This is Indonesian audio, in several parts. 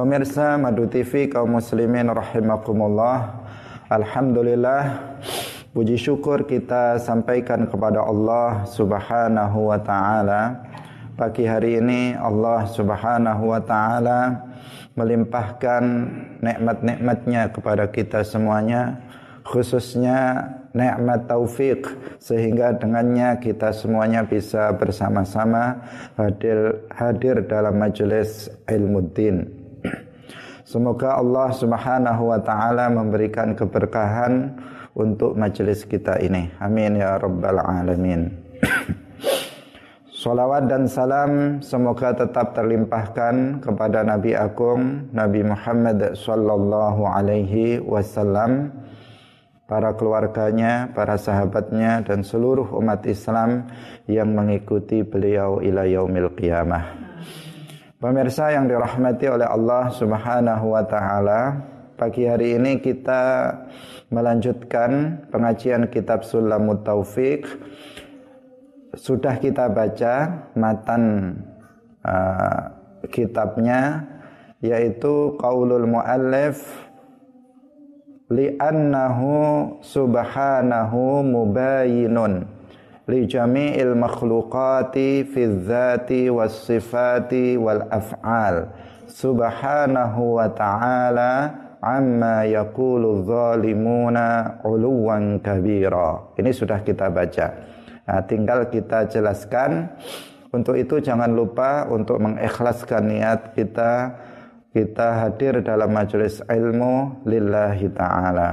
Pemirsa Madu TV kaum muslimin rahimakumullah. Alhamdulillah, puji syukur kita sampaikan kepada Allah Subhanahu wa taala. Pagi hari ini Allah Subhanahu wa taala melimpahkan nikmat-nikmatnya kepada kita semuanya, khususnya nikmat taufik, sehingga dengannya kita semuanya bisa bersama-sama hadir dalam majelis Ilmuddin. Semoga Allah Subhanahu wa taala memberikan keberkahan untuk majelis kita ini. Amin ya rabbal alamin. Salawat dan salam semoga tetap terlimpahkan kepada Nabi Agung Nabi Muhammad sallallahu alaihi wasallam, para keluarganya, para sahabatnya, dan seluruh umat Islam yang mengikuti beliau ila yaumil qiyamah. Pemirsa yang dirahmati oleh Allah Subhanahu wa taala, pagi hari ini kita melanjutkan pengajian kitab Sulamut Taufiq. Sudah kita baca matan kitabnya, yaitu qaulul muallif li'annahu subhanahu mubayinun li jami'il makhluqati fi dzati was sifati wal af'al subhanahu wa ta'ala amma yaqulu zalimuna uluwan kabira. Ini sudah kita baca. Nah, tinggal kita jelaskan. Untuk itu jangan lupa untuk mengikhlaskan niat kita hadir dalam majelis ilmu lillahi ta'ala.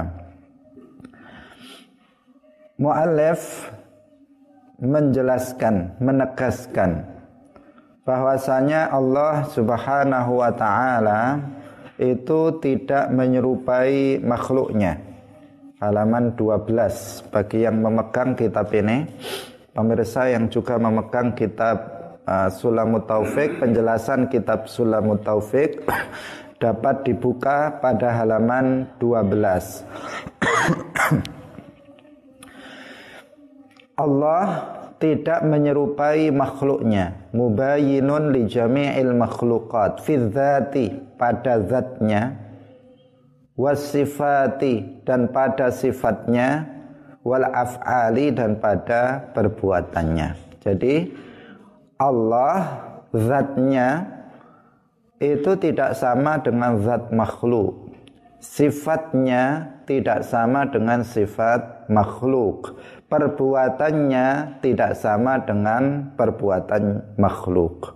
Mu'allif menjelaskan, menegaskan bahwasanya Allah Subhanahu wa taala itu tidak menyerupai makhluknya. Halaman 12 bagi yang memegang kitab ini, pemirsa yang juga memegang kitab Sulamut Taufiq, penjelasan kitab Sulamut Taufiq dapat dibuka pada halaman 12. Allah tidak menyerupai makhluknya. Mubayyinun li jami'il makhluqat fi dzati, pada zatnya, wasifati, dan pada sifatnya, wal af'ali, dan pada perbuatannya. Jadi Allah zatnya itu tidak sama dengan zat makhluk. Sifatnya tidak sama dengan sifat makhluk. Perbuatannya tidak sama dengan perbuatan makhluk.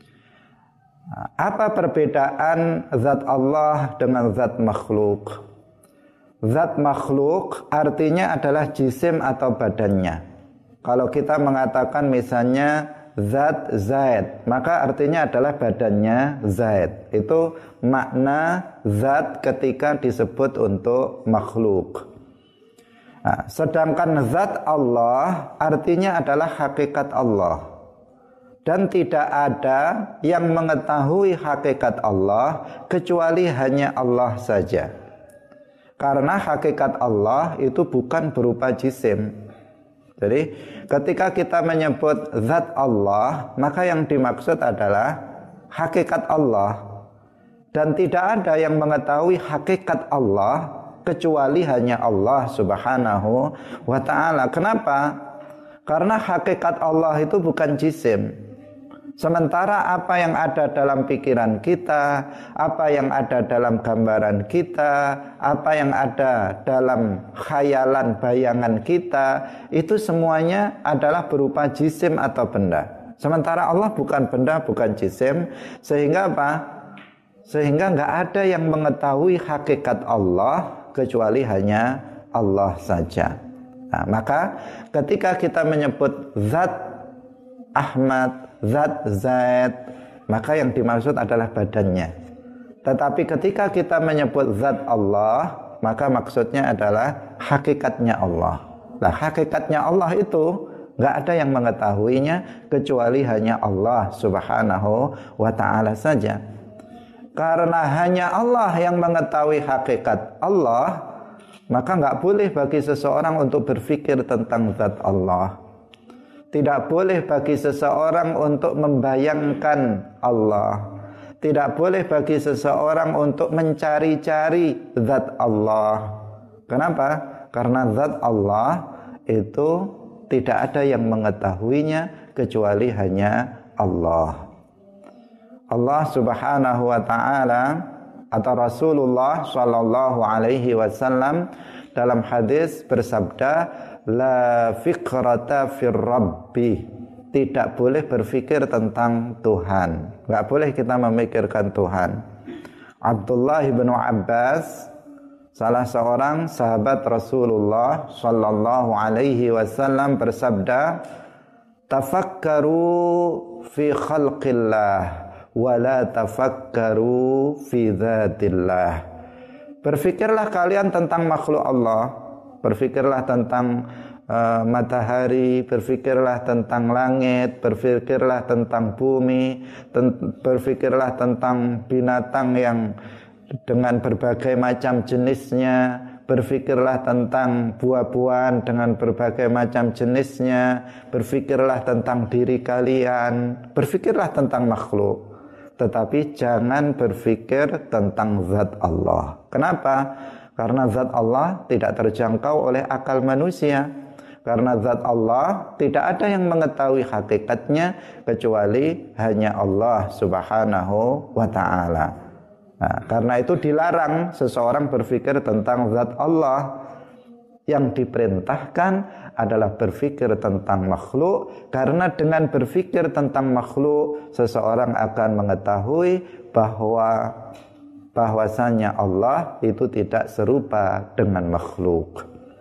Apa perbedaan zat Allah dengan zat makhluk? Zat makhluk artinya adalah jisim atau badannya. Kalau kita mengatakan misalnya zat Zaid, maka artinya adalah badannya Zaid. Itu makna zat ketika disebut untuk makhluk. Nah, sedangkan zat Allah artinya adalah hakikat Allah. Dan tidak ada yang mengetahui hakikat Allah kecuali hanya Allah saja. Karena hakikat Allah itu bukan berupa jisim. Jadi ketika kita menyebut zat Allah, maka yang dimaksud adalah hakikat Allah. Dan tidak ada yang mengetahui hakikat Allah kecuali hanya Allah Subhanahu wa ta'ala. Kenapa? Karena hakikat Allah itu bukan jisim. Sementara apa yang ada dalam pikiran kita, apa yang ada dalam gambaran kita, apa yang ada dalam khayalan bayangan kita, itu semuanya adalah berupa jisim atau benda. Sementara Allah bukan benda, bukan jisim. Sehingga apa? Sehingga nggak ada yang mengetahui hakikat Allah kecuali hanya Allah saja. Nah, maka ketika kita menyebut zat Ahmad, zat Zaid, maka yang dimaksud adalah badannya. Tetapi ketika kita menyebut zat Allah, maka maksudnya adalah hakikatnya Allah. Nah, hakikatnya Allah itu nggak ada yang mengetahuinya kecuali hanya Allah Subhanahu wa ta'ala saja. Karena hanya Allah yang mengetahui hakikat Allah, maka nggak boleh bagi seseorang untuk berpikir tentang zat Allah. Tidak boleh bagi seseorang untuk membayangkan Allah. Tidak boleh bagi seseorang untuk mencari-cari zat Allah. Kenapa? Karena zat Allah itu tidak ada yang mengetahuinya kecuali hanya Allah. Allah Subhanahu wa taala atau Rasulullah sallallahu alaihi wasallam dalam hadis bersabda, la fikrata fir rabbi, tidak boleh berpikir tentang Tuhan, enggak boleh kita memikirkan Tuhan. Abdullah bin Abbas, salah seorang sahabat Rasulullah sallallahu alaihi wasallam bersabda, tafakkaru fi khalqillah wa la tafakkaru fi dzatillah. Berfikirlah kalian tentang makhluk Allah, berfikirlah tentang matahari, berfikirlah tentang langit, berfikirlah tentang bumi, berfikirlah tentang binatang yang dengan berbagai macam jenisnya, berfikirlah tentang buah-buahan dengan berbagai macam jenisnya, berfikirlah tentang diri kalian, berfikirlah tentang makhluk. Tetapi jangan berfikir tentang zat Allah. Kenapa? Karena zat Allah tidak terjangkau oleh akal manusia. Karena zat Allah tidak ada yang mengetahui hakikatnya kecuali hanya Allah Subhanahu wa ta'ala. Nah, karena itu dilarang seseorang berfikir tentang zat Allah. Yang diperintahkan adalah berfikir tentang makhluk, karena dengan berfikir tentang makhluk seseorang akan mengetahui bahwasanya Allah itu tidak serupa dengan makhluk.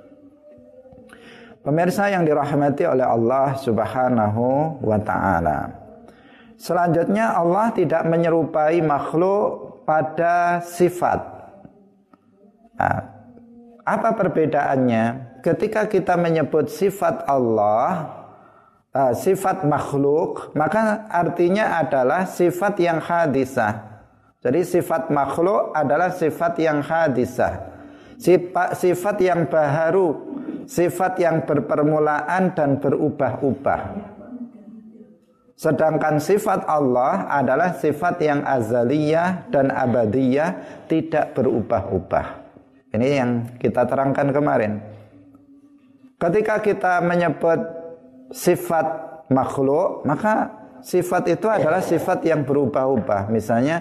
Pemirsa yang dirahmati oleh Allah Subhanahu wa ta'ala, selanjutnya Allah tidak menyerupai makhluk pada sifat. Nah, apa perbedaannya? Ketika kita menyebut sifat Allah, sifat makhluk, maka artinya adalah sifat yang hadisah. Jadi sifat makhluk adalah sifat yang hadisah, sifat yang baharu, sifat yang berpermulaan dan berubah-ubah. Sedangkan sifat Allah adalah sifat yang azaliyah dan abadiyah, tidak berubah-ubah. Ini yang kita terangkan kemarin. Ketika kita menyebut sifat makhluk, maka sifat itu adalah sifat yang berubah-ubah. Misalnya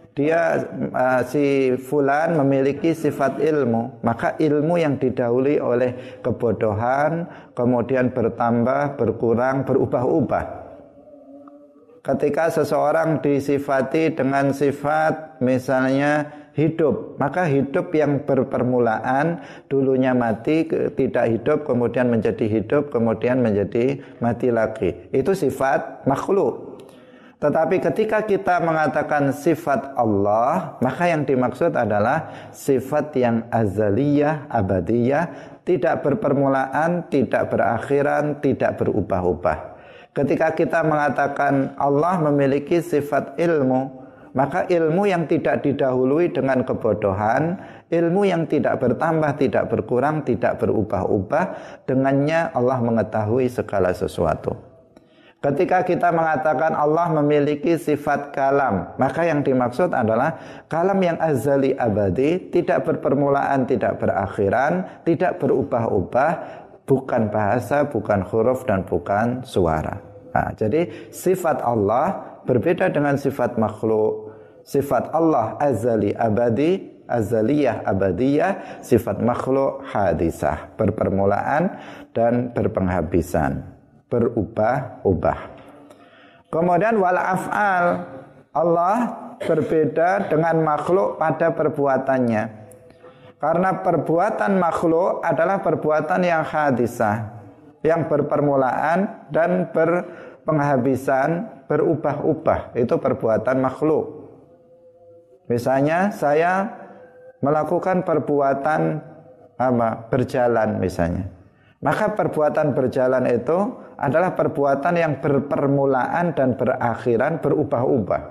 si fulan memiliki sifat ilmu, maka ilmu yang didahului oleh kebodohan, kemudian bertambah, berkurang, berubah-ubah. Ketika seseorang disifati dengan sifat misalnya hidup, maka hidup yang berpermulaan, dulunya mati, tidak hidup, kemudian menjadi hidup, kemudian menjadi mati lagi. Itu sifat makhluk. Tetapi ketika kita mengatakan sifat Allah, maka yang dimaksud adalah sifat yang azaliyah, abadiyah, tidak berpermulaan, tidak berakhiran, tidak berubah-ubah. Ketika kita mengatakan Allah memiliki sifat ilmu, maka ilmu yang tidak didahului dengan kebodohan, ilmu yang tidak bertambah, tidak berkurang, tidak berubah-ubah, dengannya Allah mengetahui segala sesuatu. Ketika kita mengatakan Allah memiliki sifat kalam, maka yang dimaksud adalah kalam yang azali abadi, tidak berpermulaan, tidak berakhiran, tidak berubah-ubah, bukan bahasa, bukan huruf, dan bukan suara. Nah, jadi sifat Allah berbeda dengan sifat makhluk. Sifat Allah azali abadi, azaliyah abadiyah, sifat makhluk hadisah, berpermulaan dan berpenghabisan, berubah-ubah. Kemudian wal af'al, Allah berbeda dengan makhluk pada perbuatannya. Karena perbuatan makhluk adalah perbuatan yang hadisah, yang berpermulaan dan berpenghabisan, berubah-ubah. Itu perbuatan makhluk. Misalnya saya melakukan perbuatan berjalan misalnya. Maka perbuatan berjalan itu adalah perbuatan yang berpermulaan dan berakhiran, berubah-ubah.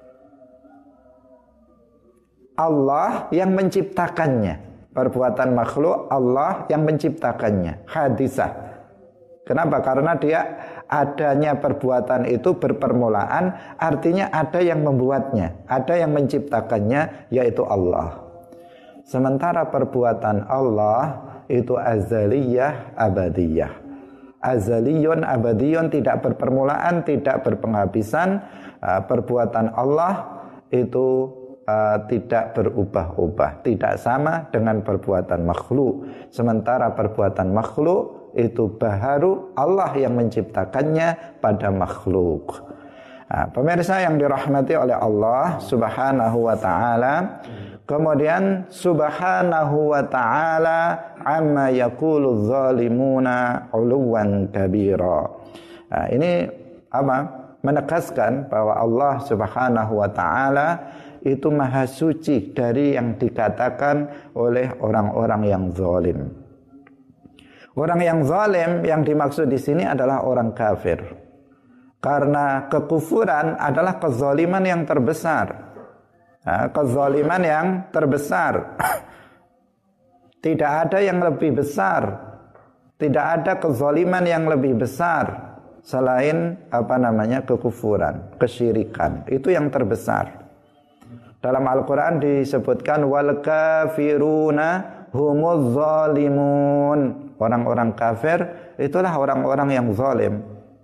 Allah yang menciptakannya. Perbuatan makhluk Allah yang menciptakannya, hadisah. Kenapa? Karena dia adanya perbuatan itu berpermulaan, artinya ada yang membuatnya, ada yang menciptakannya, yaitu Allah. Sementara perbuatan Allah itu azaliyah, abadiyah. Azaliyun, abadiyun, tidak berpermulaan, tidak berpenghabisan. Perbuatan Allah itu tidak berubah-ubah, tidak sama dengan perbuatan makhluk. Sementara perbuatan makhluk itu baharu Allah yang menciptakannya pada makhluk. Pemirsa yang dirahmati oleh Allah Subhanahu wa ta'ala, kemudian Subhanahu wa ta'ala amma yaqulu zalimuna uluwan kabira. Ini menegaskan bahwa Allah Subhanahu wa ta'ala itu maha suci dari yang dikatakan oleh orang-orang yang zalim. Orang yang zalim yang dimaksud di sini adalah orang kafir. Karena kekufuran adalah kezaliman yang terbesar. Kezaliman yang terbesar. Tidak ada yang lebih besar. Tidak ada kezaliman yang lebih besar selain kekufuran, kesyirikan. Itu yang terbesar. Dalam Al-Qur'an disebutkan wal kafiruna humuz zalimun. Orang-orang kafir itulah orang-orang yang zalim.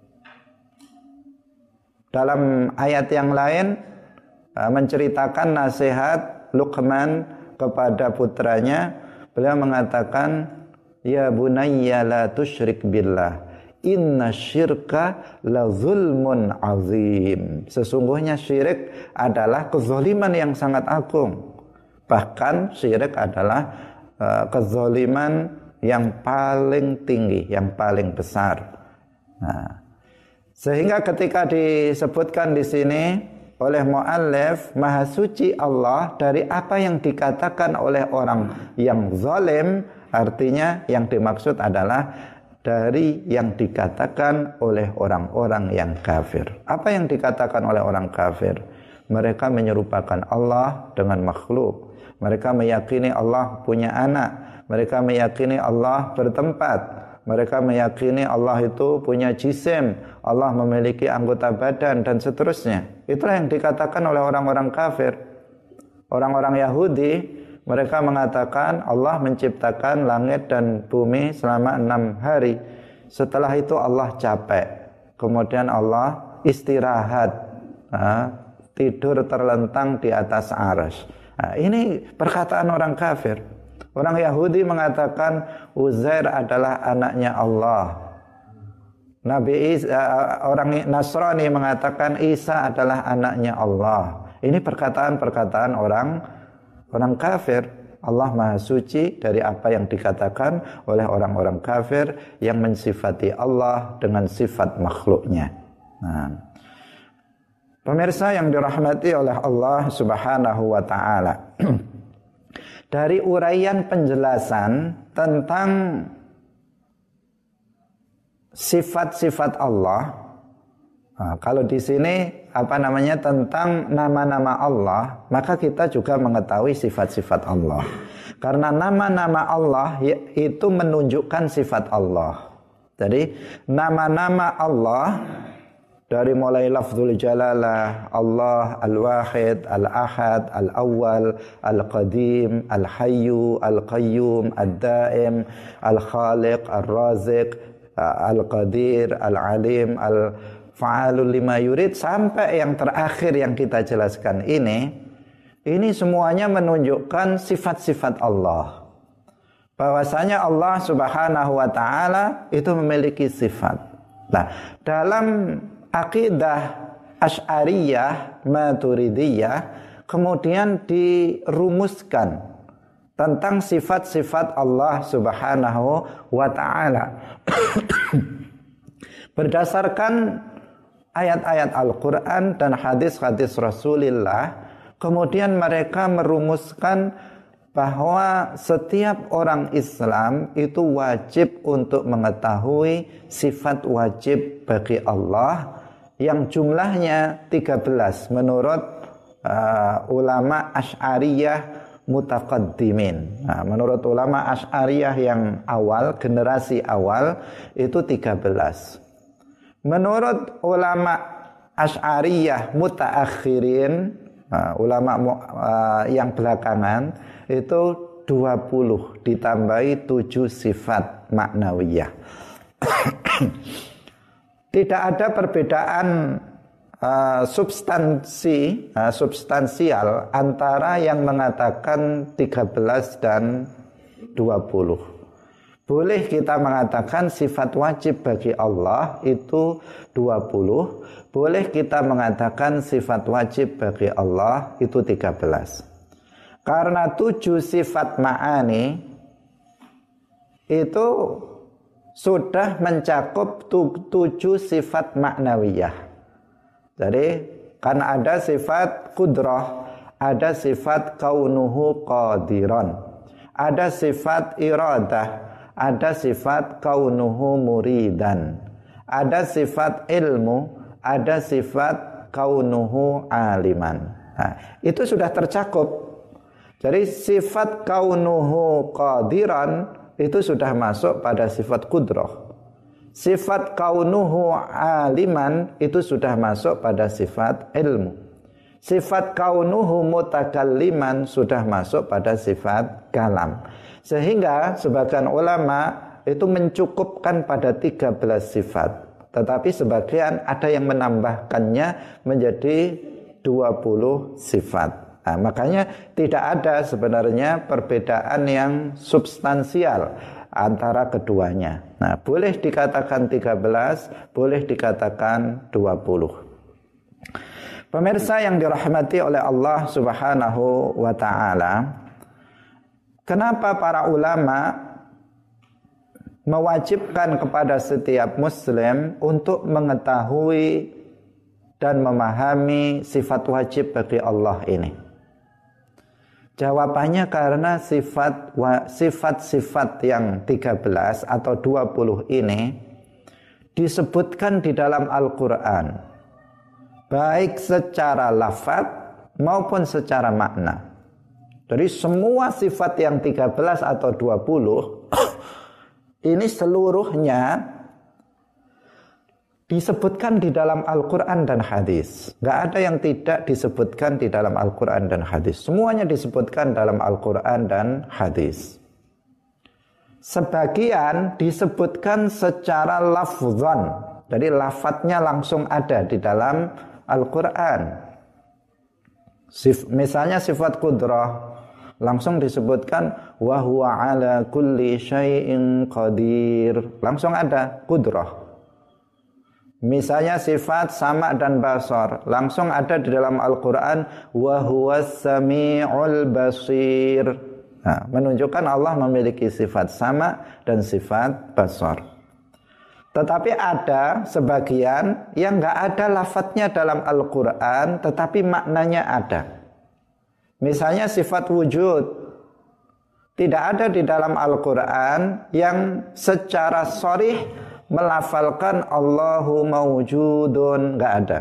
Dalam ayat yang lain menceritakan nasihat Luqman kepada putranya, beliau mengatakan, ya bunayya la tusyrik billah, inna syirka la zulmun azim. Sesungguhnya syirik adalah kezaliman yang sangat agung. Bahkan syirik adalah kezaliman yang paling tinggi, yang paling besar. Sehingga ketika disebutkan di sini oleh muallif, maha suci Allah dari apa yang dikatakan oleh orang yang zalim, artinya yang dimaksud adalah dari yang dikatakan oleh orang-orang yang kafir. Apa yang dikatakan oleh orang kafir? Mereka menyerupakan Allah dengan makhluk. Mereka meyakini Allah punya anak. Mereka meyakini Allah bertempat. Mereka meyakini Allah itu punya jisim. Allah memiliki anggota badan dan seterusnya. Itulah yang dikatakan oleh orang-orang kafir. Orang-orang Yahudi, mereka mengatakan Allah menciptakan langit dan bumi selama 6 hari. Setelah itu Allah capek. Kemudian Allah istirahat. Tidur terlentang di atas arsy. Ini perkataan orang kafir. Orang Yahudi mengatakan Uzair adalah anaknya Allah. Orang Nasrani mengatakan Isa adalah anaknya Allah. Ini perkataan-perkataan orang kafir. Allah maha suci dari apa yang dikatakan oleh orang-orang kafir yang mensifati Allah dengan sifat makhluknya. Pemirsa yang dirahmati oleh Allah Subhanahu wa ta'ala, dari uraian penjelasan tentang sifat-sifat Allah, kalau di sini tentang nama-nama Allah, maka kita juga mengetahui sifat-sifat Allah. Karena nama-nama Allah itu menunjukkan sifat Allah. Jadi nama-nama Allah dari mulai lafzul jalalah, Allah al-wahid, al-ahad, al-awwal, al-qadim, al-hayyu, al-qayyum, al-daim, al-khaliq, al-raziq, al-qadir, al-alim, al-fa'alul lima yurid, sampai yang terakhir yang kita jelaskan ini semuanya menunjukkan sifat-sifat Allah. Bahwasanya Allah Subhanahu wa ta'ala itu memiliki sifat. Nah, dalam akidah Asy'ariyah, Maturidiyah kemudian dirumuskan tentang sifat-sifat Allah Subhanahu wa ta'ala berdasarkan ayat-ayat Al-Quran dan hadis-hadis Rasulullah. Kemudian mereka merumuskan bahwa setiap orang Islam itu wajib untuk mengetahui sifat wajib bagi Allah yang jumlahnya 13 menurut ulama Asy'ariyah mutaqaddimin. Menurut ulama Asy'ariyah yang awal, generasi awal itu 13. Menurut ulama Asy'ariyah mutaakhirin, ulama yang belakangan itu 20 ditambahi 7 sifat maknawiyah. Tidak ada perbedaan substansial antara yang mengatakan 13 dan 20. Boleh kita mengatakan sifat wajib bagi Allah itu 20. Boleh kita mengatakan sifat wajib bagi Allah itu 13. Karena 7 sifat ma'ani itu sudah mencakup 7 sifat maknawiyah. Jadi kan ada sifat qudrah, ada sifat kaunuhu qadiran, ada sifat iradah, ada sifat kaunuhu muridan, ada sifat ilmu, ada sifat kaunuhu aliman. Nah, itu sudah tercakup. Jadi sifat kaunuhu qadiran itu sudah masuk pada sifat qudrah. Sifat kaunuhu aliman itu sudah masuk pada sifat ilmu. Sifat kaunuhu mutakalliman sudah masuk pada sifat kalam. Sehingga sebagian ulama itu mencukupkan pada 13 sifat. Tetapi sebagian ada yang menambahkannya menjadi 20 sifat. Nah, makanya tidak ada sebenarnya perbedaan yang substansial antara keduanya. Nah, boleh dikatakan 13, boleh dikatakan 20. Pemirsa yang dirahmati oleh Allah Subhanahu wa ta'ala, kenapa para ulama mewajibkan kepada setiap muslim untuk mengetahui dan memahami sifat wajib bagi Allah ini? Jawabannya karena sifat-sifat yang 13 atau 20 ini disebutkan di dalam Al-Quran, baik secara lafaz maupun secara makna. Jadi semua sifat yang 13 atau 20 ini seluruhnya disebutkan di dalam Al-Quran dan hadis. Gak ada yang tidak disebutkan di dalam Al-Quran dan hadis. Semuanya disebutkan dalam Al-Quran dan hadis. Sebagian disebutkan secara lafzan. Jadi lafadznya langsung ada di dalam Al-Quran. Misalnya sifat qudrah, langsung disebutkan wa huwa ala kulli syai'in qadir. Langsung ada qudrah. Misalnya sifat sama dan basar, langsung ada di dalam Al-Quran wa huwas sami'ul basir. Nah, menunjukkan Allah memiliki sifat sama dan sifat basar. Tetapi ada sebagian yang enggak ada lafadznya dalam Al-Quran, tetapi maknanya ada. Misalnya sifat wujud, tidak ada di dalam Al-Quran yang secara sharih melafalkan Allahu mawjudun, enggak ada.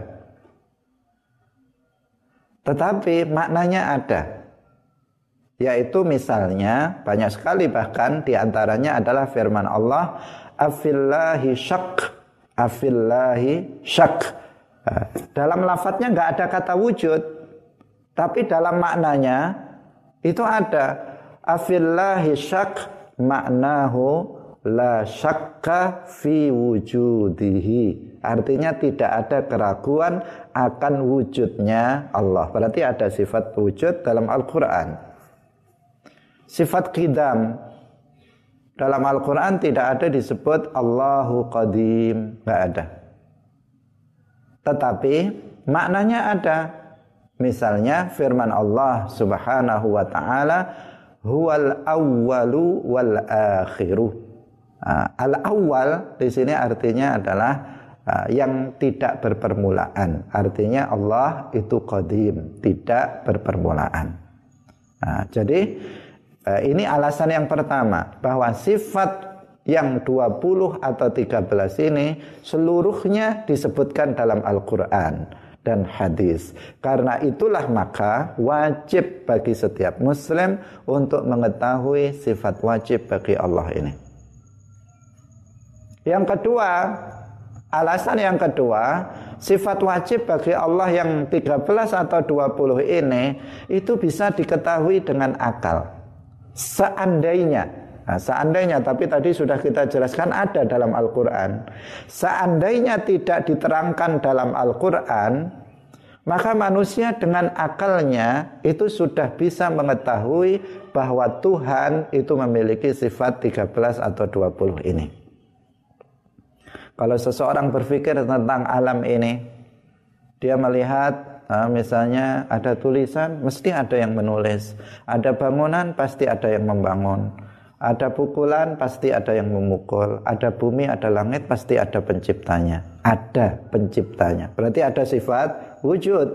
Tetapi maknanya ada. Yaitu misalnya banyak sekali, bahkan diantaranya adalah firman Allah, afillahi syak, afillahi syak. Dalam lafadznya enggak ada kata wujud, tapi dalam maknanya itu ada. Afillahi syak maknahu la syakka fi wujudihi. Artinya tidak ada keraguan akan wujudnya Allah. Berarti ada sifat wujud dalam Al-Quran. Sifat qidam dalam Al-Quran tidak ada disebut Allahu qadim, enggak ada. Tetapi maknanya ada. Misalnya firman Allah Subhanahu wa ta'ala, huwal awwalu wal akhiru. Al-awwal di sini artinya adalah yang tidak berpermulaan. Artinya Allah itu qadim, tidak berpermulaan. Jadi ini alasan yang pertama, bahwa sifat yang 20 atau 13 ini seluruhnya disebutkan dalam Al-Quran dan hadis. Karena itulah maka wajib bagi setiap muslim untuk mengetahui sifat wajib bagi Allah ini. Yang kedua, Alasan yang kedua, sifat wajib bagi Allah yang 13 atau 20 ini itu bisa diketahui dengan akal. Seandainya, tapi tadi sudah kita jelaskan ada dalam Al-Quran. Seandainya tidak diterangkan dalam Al-Quran, maka manusia dengan akalnya itu sudah bisa mengetahui bahwa Tuhan itu memiliki sifat 13 atau 20 ini. Kalau seseorang berpikir tentang alam ini, dia melihat misalnya ada tulisan, mesti ada yang menulis. Ada bangunan, pasti ada yang membangun. Ada pukulan, pasti ada yang memukul. Ada bumi, ada langit, pasti ada penciptanya. Ada penciptanya. Berarti ada sifat wujud.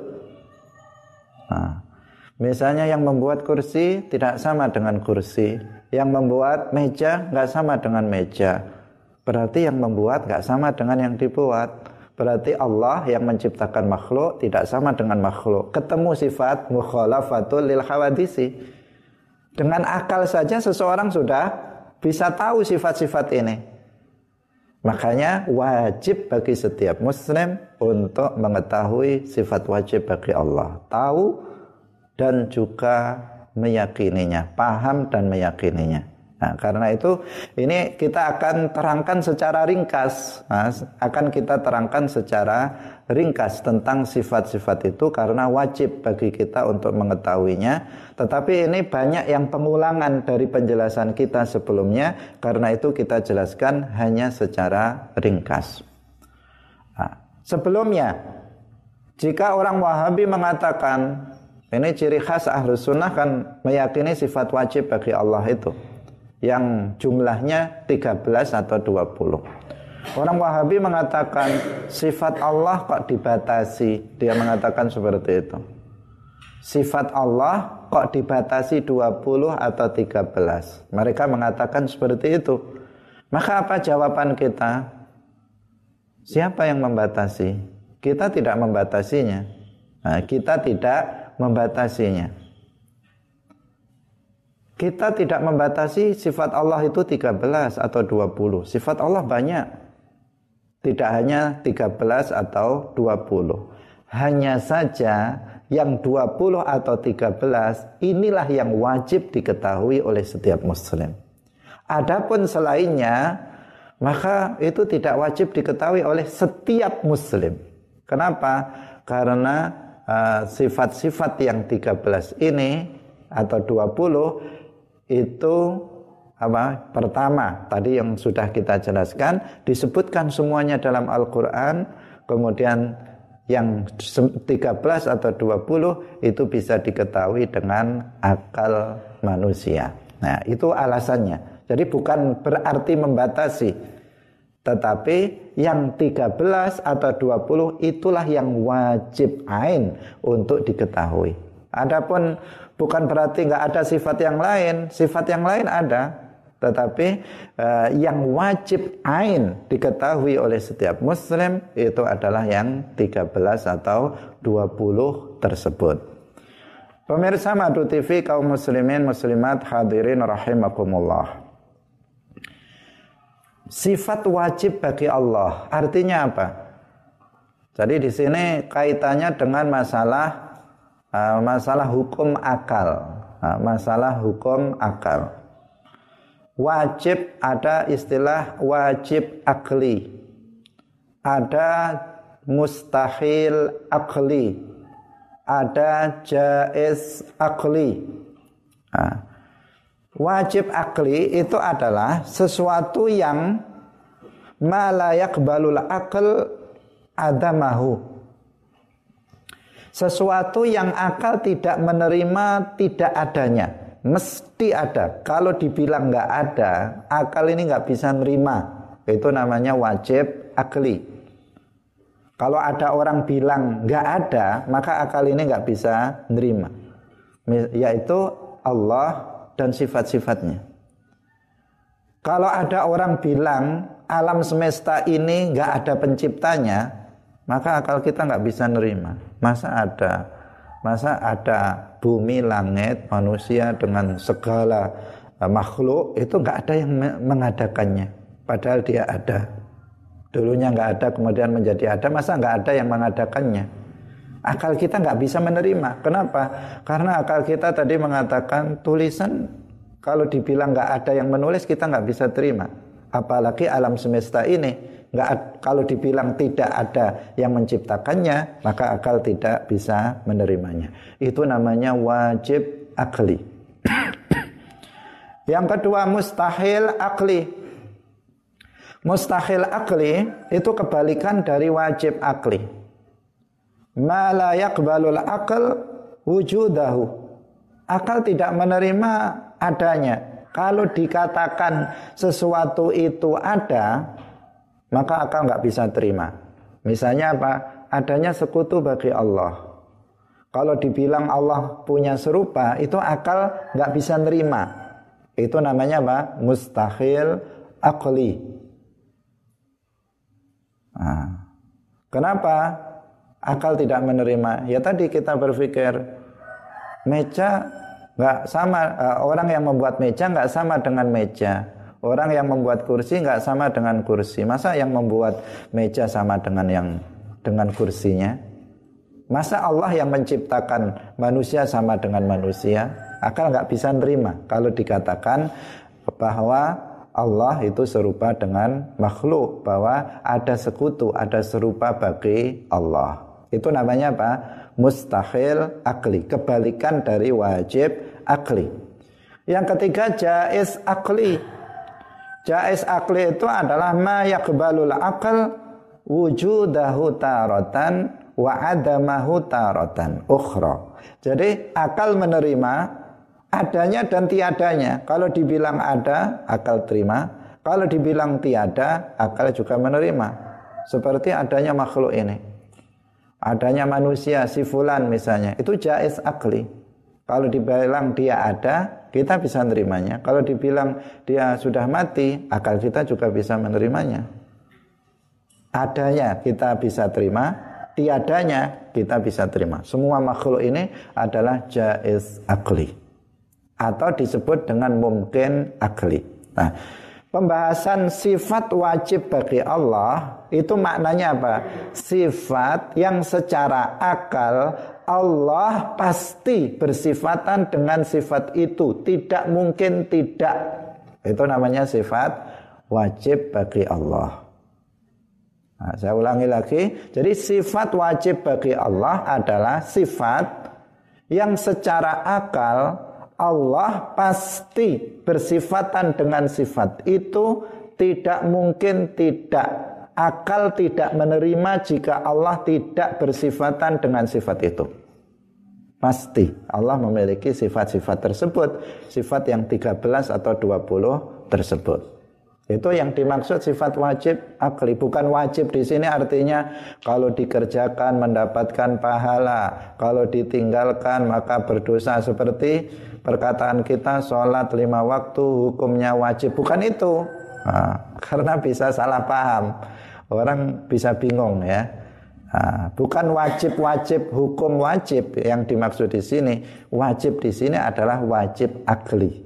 Misalnya yang membuat kursi tidak sama dengan kursi. Yang membuat meja nggak sama dengan meja. Berarti yang membuat nggak sama dengan yang dibuat. Berarti Allah yang menciptakan makhluk tidak sama dengan makhluk. Ketemu sifat mukhalafatul lil hawadisi. Dengan akal saja seseorang sudah bisa tahu sifat-sifat ini. Makanya wajib bagi setiap muslim untuk mengetahui sifat wajib bagi Allah. Tahu dan juga meyakininya. Paham dan meyakininya. Nah, karena itu ini kita akan terangkan secara ringkas. Akan kita terangkan secara ringkas tentang sifat-sifat itu karena wajib bagi kita untuk mengetahuinya. Tetapi ini banyak yang pengulangan dari penjelasan kita sebelumnya, karena itu kita jelaskan hanya secara ringkas. Sebelumnya, jika orang Wahabi mengatakan ini ciri khas Ahlus Sunnah kan meyakini sifat wajib bagi Allah itu yang jumlahnya 13 atau 20. Orang Wahabi mengatakan sifat Allah kok dibatasi. Dia mengatakan seperti itu. Sifat Allah kok dibatasi 20 atau 13. Mereka mengatakan seperti itu. Maka apa jawaban kita? Siapa yang membatasi? Kita tidak membatasinya. Kita tidak membatasinya. Kita tidak membatasi sifat Allah itu 13 atau 20. Sifat Allah banyak. Tidak hanya 13 atau 20. Hanya saja yang 20 atau 13 inilah yang wajib diketahui oleh setiap muslim. Adapun selainnya, maka itu tidak wajib diketahui oleh setiap muslim. Kenapa? Karena sifat-sifat yang 13 ini atau 20 itu pertama tadi yang sudah kita jelaskan, disebutkan semuanya dalam Al-Quran. Kemudian yang 13 atau 20 itu bisa diketahui dengan akal manusia. Nah, itu alasannya. Jadi bukan berarti membatasi, tetapi yang 13 atau 20 itulah yang wajib ain untuk diketahui. Adapun bukan berarti nggak ada sifat yang lain. Sifat yang lain ada, tetapi yang wajib ain diketahui oleh setiap muslim itu adalah yang 13 atau 20 tersebut. Pemirsa Madu TV, kaum muslimin muslimat hadirin rahimakumullah. Sifat wajib bagi Allah artinya apa? Jadi di sini kaitannya dengan masalah hukum akal. Masalah hukum akal. Wajib, ada istilah wajib akli, ada mustahil akli, ada jaiz akli. Wajib akli itu adalah sesuatu yang ma la yaqbalul aql adamahu. Sesuatu yang akal tidak menerima tidak adanya. Mesti ada. Kalau dibilang nggak ada, akal ini nggak bisa nerima. Itu namanya wajib akli. Kalau ada orang bilang nggak ada, maka akal ini nggak bisa nerima. Yaitu Allah dan sifat-sifatnya. Kalau ada orang bilang alam semesta ini nggak ada penciptanya, maka akal kita nggak bisa nerima. Masa ada bumi, langit, manusia dengan segala makhluk itu nggak ada yang mengadakannya, padahal dia ada. Dulunya nggak ada, kemudian menjadi ada, masa nggak ada yang mengadakannya? Akal kita nggak bisa menerima. Kenapa? Karena akal kita tadi mengatakan tulisan, kalau dibilang nggak ada yang menulis, kita nggak bisa terima. Apalagi alam semesta ini, kalau dibilang tidak ada yang menciptakannya, maka akal tidak bisa menerimanya. Itu namanya wajib akli. Yang kedua, mustahil akli. Mustahil akli itu kebalikan dari wajib akli. Ma la yaqbalul aql wujudahu. Akal tidak menerima adanya. Kalau dikatakan sesuatu itu ada, maka akal nggak bisa terima. Misalnya apa? Adanya sekutu bagi Allah. Kalau dibilang Allah punya serupa, itu akal nggak bisa nerima. Itu namanya apa? Mustahil akli. Nah, kenapa akal tidak menerima? Ya tadi kita berpikir meja nggak sama, orang yang membuat meja nggak sama dengan meja, orang yang membuat kursi nggak sama dengan kursi. Masa yang membuat meja sama dengan kursinya? Masa Allah yang menciptakan manusia sama dengan manusia? Akal nggak bisa nerima kalau dikatakan bahwa Allah itu serupa dengan makhluk, bahwa ada sekutu, ada serupa bagi Allah. Itu namanya apa? Mustahil akli, kebalikan dari wajib akli. Yang ketiga, jaiz akli. Jaiz akli itu adalah ma yaqbalul aql wujudahu taratan wa adamahu taratan ukhra. Jadi akal menerima adanya dan tiadanya. Kalau dibilang ada, akal terima. Kalau dibilang tiada, akal juga menerima. Seperti adanya makhluk ini, adanya manusia, si fulan misalnya, itu jaiz akli. Kalau dibilang dia ada, kita bisa menerimanya. Kalau dibilang dia sudah mati, akal kita juga bisa menerimanya. Adanya kita bisa terima, tiadanya kita bisa terima. Semua makhluk ini adalah jaiz akli, atau disebut dengan mungkin akli. Nah, pembahasan sifat wajib bagi Allah itu maknanya apa? Sifat yang secara akal Allah pasti bersifatan dengan sifat itu, tidak mungkin tidak. Itu namanya sifat wajib bagi Allah. Nah, saya ulangi lagi. Jadi sifat wajib bagi Allah adalah sifat yang secara akal Allah pasti bersifatan dengan sifat itu, tidak mungkin tidak. Akal tidak menerima jika Allah tidak bersifatan dengan sifat itu. Pasti Allah memiliki sifat-sifat tersebut, sifat yang 13 atau 20 tersebut. Itu yang dimaksud sifat wajib akli. Bukan wajib di sini artinya kalau dikerjakan mendapatkan pahala, kalau ditinggalkan maka berdosa, seperti perkataan kita sholat 5 waktu hukumnya wajib. Bukan itu. Nah, karena bisa salah paham, orang bisa bingung ya. Nah, bukan wajib-wajib, hukum wajib yang dimaksud di sini. Wajib di sini adalah wajib akli.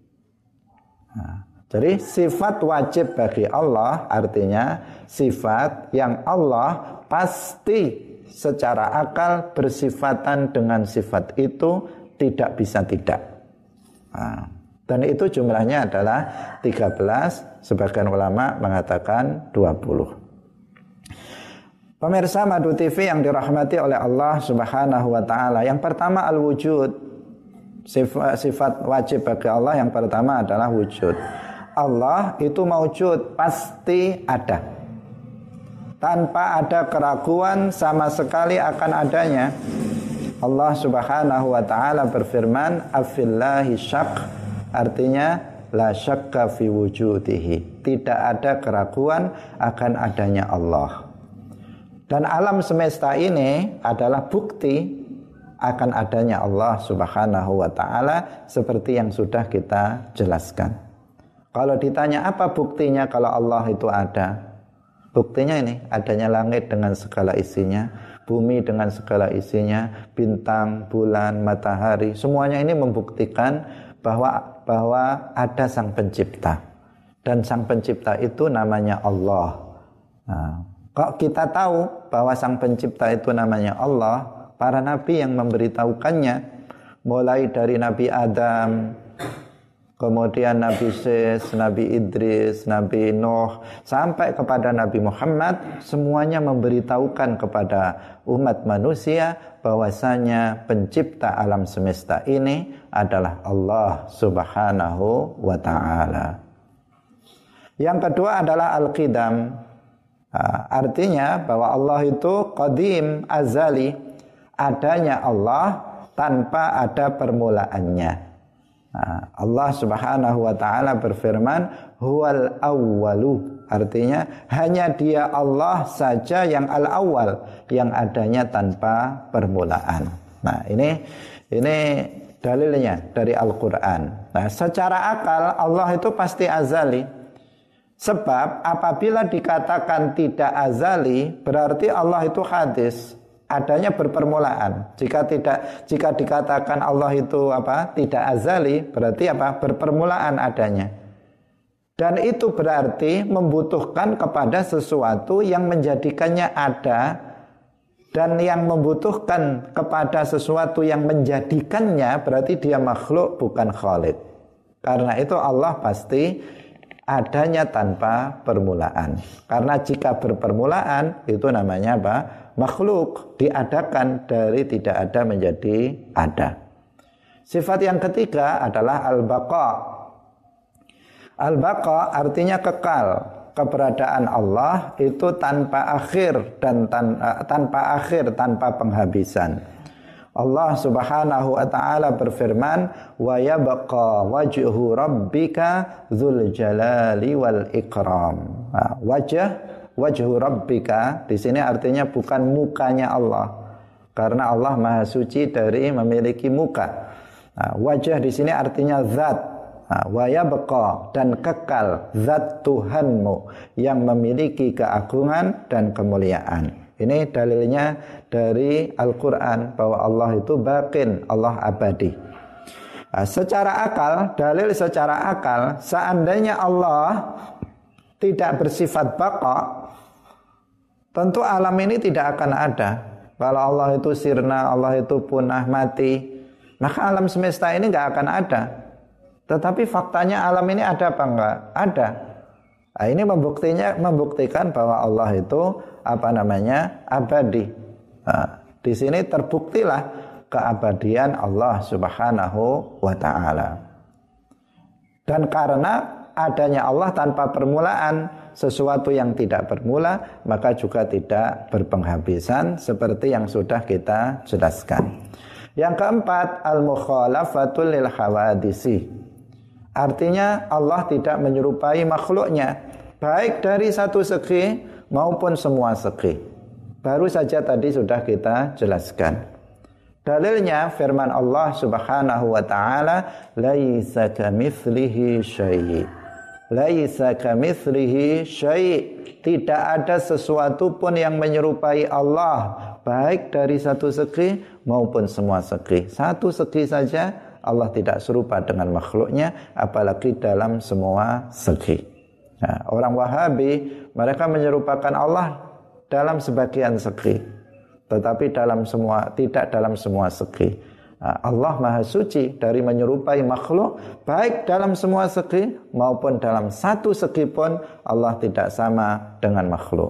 Nah, jadi sifat wajib bagi Allah artinya sifat yang Allah pasti secara akal bersifatan dengan sifat itu, tidak bisa tidak. Nah, dan itu jumlahnya adalah 13, sebagian ulama mengatakan 20. Pemirsa Madu TV yang dirahmati oleh Allah Subhanahu wa taala, yang pertama al-wujud. Sifat wajib bagi Allah yang pertama adalah wujud. Allah itu maujud, pasti ada, tanpa ada keraguan sama sekali akan adanya. Allah Subhanahu wa taala berfirman, afillahi syak, artinya la syakka fi wujudihi, tidak ada keraguan akan adanya Allah. Dan alam semesta ini adalah bukti akan adanya Allah Subhanahu wa taala, seperti yang sudah kita jelaskan. Kalau ditanya apa buktinya kalau Allah itu ada? Buktinya ini, adanya langit dengan segala isinya, bumi dengan segala isinya, bintang, bulan, matahari, semuanya ini membuktikan bahwa ada sang pencipta. Dan sang pencipta itu namanya Allah. Kok kita tahu bahwa sang pencipta itu namanya Allah? Para nabi yang memberitahukannya, mulai dari Nabi Adam, kemudian Nabi Syekh, Nabi Idris, Nabi Nuh, sampai kepada Nabi Muhammad, semuanya memberitahukan kepada umat manusia bahwasanya pencipta alam semesta ini adalah Allah Subhanahu wa ta'ala. Yang kedua adalah Al-Qidam. Artinya bahwa Allah itu qadim, azali, adanya Allah tanpa ada permulaannya. Allah Subhanahu wa ta'ala berfirman, huwal awwalu, artinya hanya dia Allah saja yang al-awwal, yang adanya tanpa permulaan. Nah, ini dalilnya dari Al-Qur'an. Nah, secara akal Allah itu pasti azali. Sebab apabila dikatakan tidak azali, berarti Allah itu hadis, adanya berpermulaan. Jika dikatakan Allah itu tidak azali, berarti berpermulaan adanya. Dan itu berarti membutuhkan kepada sesuatu yang menjadikannya ada, dan yang membutuhkan kepada sesuatu yang menjadikannya berarti dia makhluk, bukan khaliq. Karena itu Allah pasti adanya tanpa permulaan. Karena jika berpermulaan itu namanya makhluk, diadakan dari tidak ada menjadi ada. Sifat yang ketiga adalah al-baqa. Al-baqa artinya kekal. Keberadaan Allah itu tanpa akhir dan tanpa penghabisan. Allah Subhanahu wa ta'ala berfirman, wa yabqa wajhu rabbika dzul jalali wal ikram. Wajhu rabbika di sini artinya bukan mukanya Allah, karena Allah Maha Suci dari memiliki muka. Wajah di sini artinya zat. Wa yabqa, dan kekal zat Tuhanmu yang memiliki keagungan dan kemuliaan. Ini dalilnya dari Al-Quran bahwa Allah itu baqin, Allah abadi. Secara akal, dalil secara akal, seandainya Allah tidak bersifat baqa, tentu alam ini tidak akan ada. Kalau Allah itu sirna, Allah itu punah, mati, maka alam semesta ini nggak akan ada. Tetapi faktanya alam ini ada apa enggak? Ada. Nah, ini membuktikan bahwa Allah itu abadi. Nah, di sini terbuktilah keabadian Allah Subhanahu wa ta'ala. Dan karena adanya Allah tanpa permulaan, sesuatu yang tidak bermula maka juga tidak berpenghabisan, seperti yang sudah kita jelaskan. Yang keempat, al-mukhalafatul lil hawadisi. Artinya Allah tidak menyerupai makhluknya, baik dari satu segi maupun semua segi. Baru saja tadi sudah kita jelaskan. Dalilnya firman Allah Subhanahu wa ta'ala, laisa kamitslihi syai'. Laisa kamitslihi syai'. Tidak ada sesuatu pun yang menyerupai Allah, baik dari satu segi maupun semua segi. Satu segi saja Allah tidak serupa dengan makhluknya, apalagi dalam semua segi. Nah, orang Wahabi mereka menyerupakan Allah dalam sebagian segi, tetapi tidak dalam semua segi. Nah, Allah Maha Suci dari menyerupai makhluk, baik dalam semua segi maupun dalam satu segi pun Allah tidak sama dengan makhluk.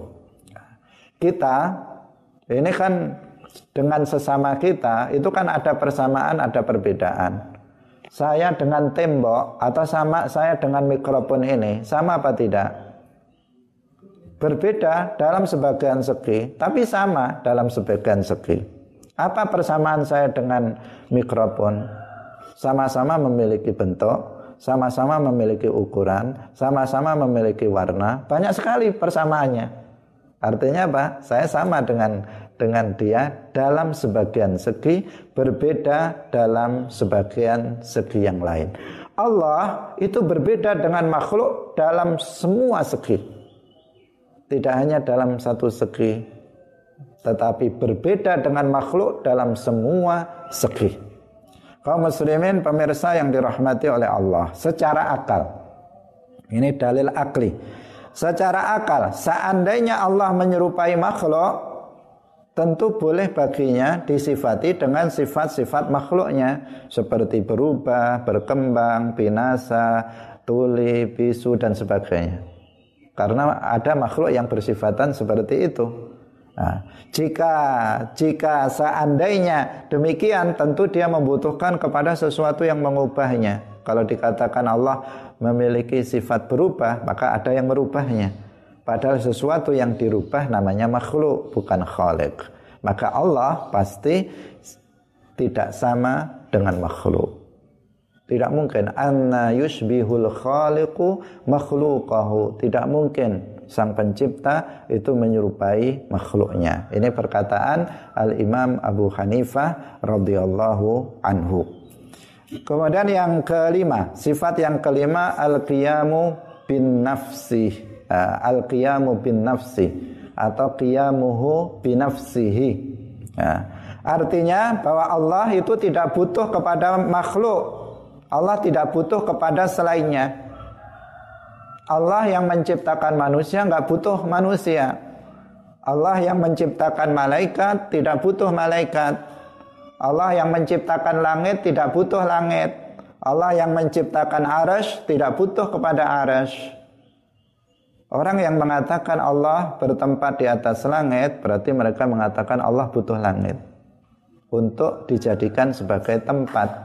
Kita ini kan dengan sesama kita itu kan ada persamaan, ada perbedaan. Saya dengan tembok atau saya dengan mikrofon ini sama apa tidak? Berbeda dalam sebagian segi, tapi sama dalam sebagian segi. Apa persamaan saya dengan mikrofon? Sama-sama memiliki bentuk, sama-sama memiliki ukuran, sama-sama memiliki warna. Banyak sekali persamaannya. Artinya apa? Saya sama dengan dia dalam sebagian segi, berbeda dalam sebagian segi yang lain. Allah itu berbeda dengan makhluk dalam semua segi. Tidak hanya dalam satu segi, tetapi berbeda dengan makhluk dalam semua segi. Kaum muslimin pemirsa yang dirahmati oleh Allah, secara akal, ini dalil akli. secara akal, seandainya Allah menyerupai makhluk, tentu boleh baginya disifati dengan sifat-sifat makhluknya, seperti berubah, berkembang, binasa, tuli, bisu, dan sebagainya. Karena ada makhluk yang bersifatan seperti itu. Nah, jika seandainya demikian, tentu dia membutuhkan kepada sesuatu yang mengubahnya. Kalau dikatakan Allah memiliki sifat berubah, maka ada yang merubahnya. Padahal sesuatu yang dirubah namanya makhluk, bukan khaliq. Maka Allah pasti tidak sama dengan makhluk. Tidak mungkin anna yushbihul khaliqu makhluqahu. Tidak mungkin sang pencipta itu menyerupai makhluknya. Ini perkataan Al-Imam Abu Hanifah radhiyallahu anhu. Kemudian yang kelima, sifat yang kelima al-qiyamu bin nafsi. Al-qiyamu bin nafsi atau qiyamuhu bin nafsihi. Artinya bahwa Allah itu tidak butuh kepada makhluk. Allah tidak butuh kepada selainnya. Allah yang menciptakan manusia enggak butuh manusia. Allah yang menciptakan malaikat tidak butuh malaikat. Allah yang menciptakan langit tidak butuh langit. Allah yang menciptakan arasy tidak butuh kepada arasy. Orang yang mengatakan Allah bertempat di atas langit, berarti mereka mengatakan Allah butuh langit untuk dijadikan sebagai tempat.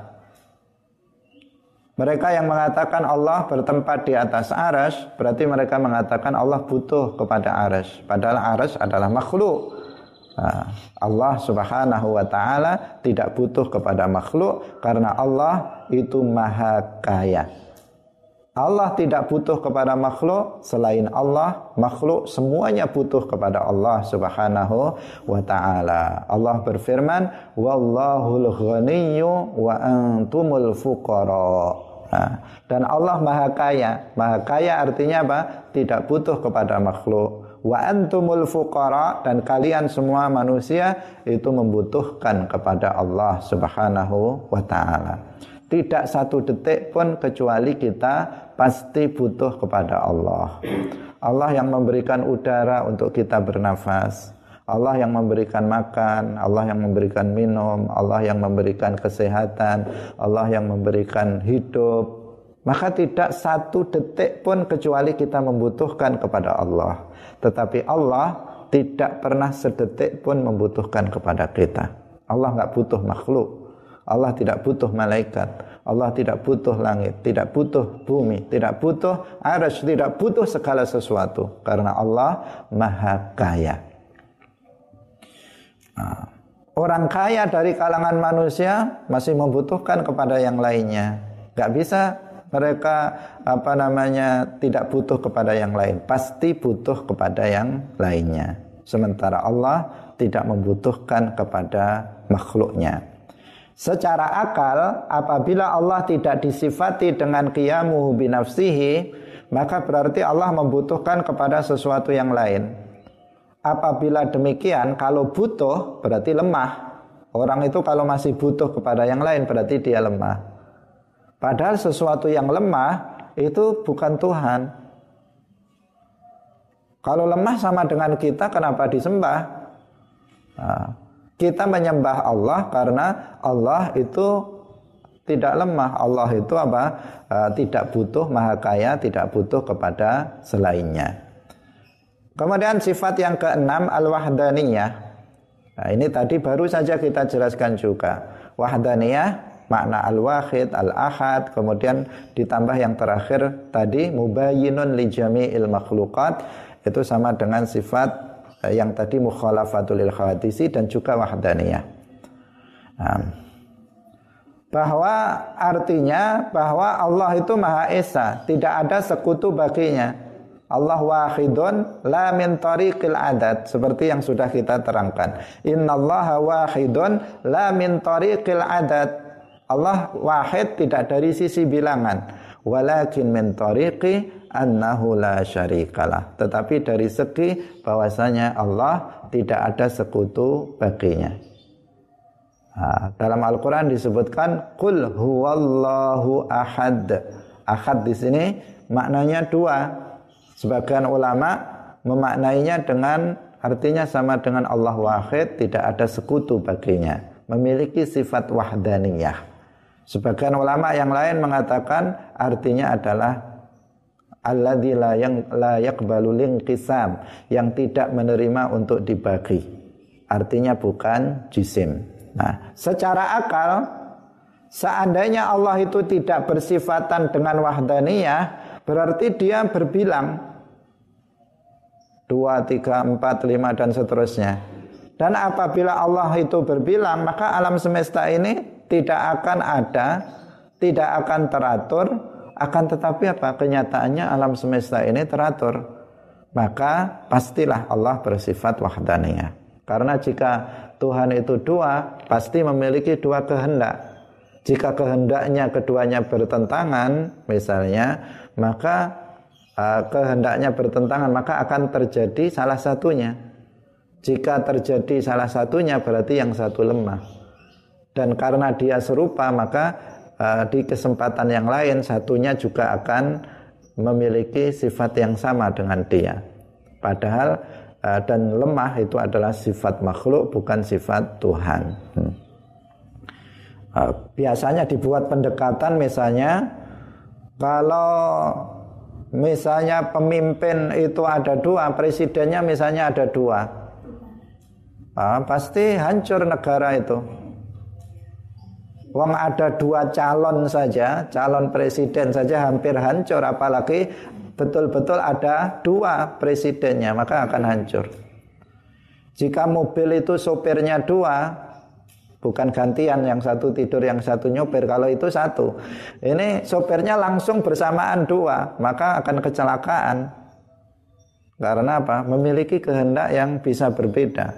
Mereka yang mengatakan Allah bertempat di atas arasy, berarti mereka mengatakan Allah butuh kepada arasy. Padahal arasy adalah makhluk. Allah subhanahu wa ta'ala tidak butuh kepada makhluk karena Allah itu maha kaya. Allah tidak butuh kepada makhluk, selain Allah, makhluk semuanya butuh kepada Allah subhanahu wa ta'ala. Allah berfirman, wallahul ghaniyyu wa antumul fuqara. Dan Allah maha kaya. Maha kaya artinya apa? Tidak butuh kepada makhluk. Wa antumul fuqara, dan kalian semua manusia itu membutuhkan kepada Allah subhanahu wa ta'ala. Tidak satu detik pun kecuali kita pasti butuh kepada Allah. Allah yang memberikan udara untuk kita bernafas, Allah yang memberikan makan, Allah yang memberikan minum, Allah yang memberikan kesehatan, Allah yang memberikan hidup. Maka tidak satu detik pun kecuali kita membutuhkan kepada Allah. Tetapi Allah tidak pernah sedetik pun membutuhkan kepada kita. Allah enggak butuh makhluk. Allah tidak butuh malaikat, Allah tidak butuh langit, tidak butuh bumi, tidak butuh arasy, tidak butuh segala sesuatu, karena Allah maha kaya. Orang kaya dari kalangan manusia masih membutuhkan kepada yang lainnya. Gak bisa mereka tidak butuh kepada yang lain, pasti butuh kepada yang lainnya. Sementara Allah tidak membutuhkan kepada makhluknya. Secara akal, apabila Allah tidak disifati dengan qiyamuhu binafsihi, maka berarti Allah membutuhkan kepada sesuatu yang lain. Apabila demikian, kalau butuh berarti lemah. Orang itu kalau masih butuh kepada yang lain berarti dia lemah. Padahal sesuatu yang lemah itu bukan Tuhan. Kalau lemah sama dengan kita, kenapa disembah? Kita menyembah Allah karena Allah itu tidak lemah. Allah itu tidak butuh, maha kaya, tidak butuh kepada selainnya. Kemudian sifat yang keenam al-wahdaniyah. Nah, ini tadi baru saja kita jelaskan juga. Wahdaniyah makna al-wahid, al-ahad, kemudian ditambah yang terakhir tadi mubayyinun li jami'il makhluqat, itu sama dengan sifat yang tadi mukhalafatul lil khawadisi dan juga wahdaniyah. Bahwa artinya bahwa Allah itu Maha Esa, tidak ada sekutu baginya. Allah wahidun la min tariqil adad, seperti yang sudah kita terangkan. Innallaha wahidun la min tariqil adad. Allah wahid tidak dari sisi bilangan, walakin min tariqi annahu la syarikalah, tetapi dari segi bahwasanya Allah tidak ada sekutu baginya. Dalam Al-Quran disebutkan qul huwallahu ahad. Ahad di sini maknanya dua. Sebagian ulama memaknainya dengan artinya sama dengan Allah wahid, tidak ada sekutu baginya, memiliki sifat wahdaniyah. Sebagian ulama yang lain mengatakan artinya adalah alladzi la yaqbalu linqisam, yang tidak menerima untuk dibagi. Artinya bukan jisim. Nah, secara akal seandainya Allah itu tidak bersifatan dengan wahdaniyah, berarti dia berbilang 2, 3, 4, 5 dan seterusnya. Dan apabila Allah itu berbilang, maka alam semesta ini tidak akan ada, tidak akan teratur, akan tetapi apa? Kenyataannya alam semesta ini teratur. Maka pastilah Allah bersifat wahdaniyah. Karena jika Tuhan itu dua, pasti memiliki dua kehendak. Jika kehendaknya keduanya bertentangan, misalnya, maka kehendaknya bertentangan, maka akan terjadi salah satunya. Jika terjadi salah satunya, berarti yang satu lemah. Dan karena dia serupa, maka di kesempatan yang lain satunya juga akan memiliki sifat yang sama dengan dia. Padahal dan lemah itu adalah sifat makhluk, bukan sifat Tuhan. Biasanya dibuat pendekatan, misalnya kalau misalnya pemimpin itu ada dua, presidennya misalnya ada dua, pasti hancur negara itu. Wong ada dua calon saja, calon presiden saja hampir hancur, apalagi betul-betul ada dua presidennya, maka akan hancur. Jika mobil itu sopirnya dua, bukan gantian, yang satu tidur yang satu nyopir, kalau itu satu, ini sopirnya langsung bersamaan dua, maka akan kecelakaan. Karena apa? Memiliki kehendak yang bisa berbeda.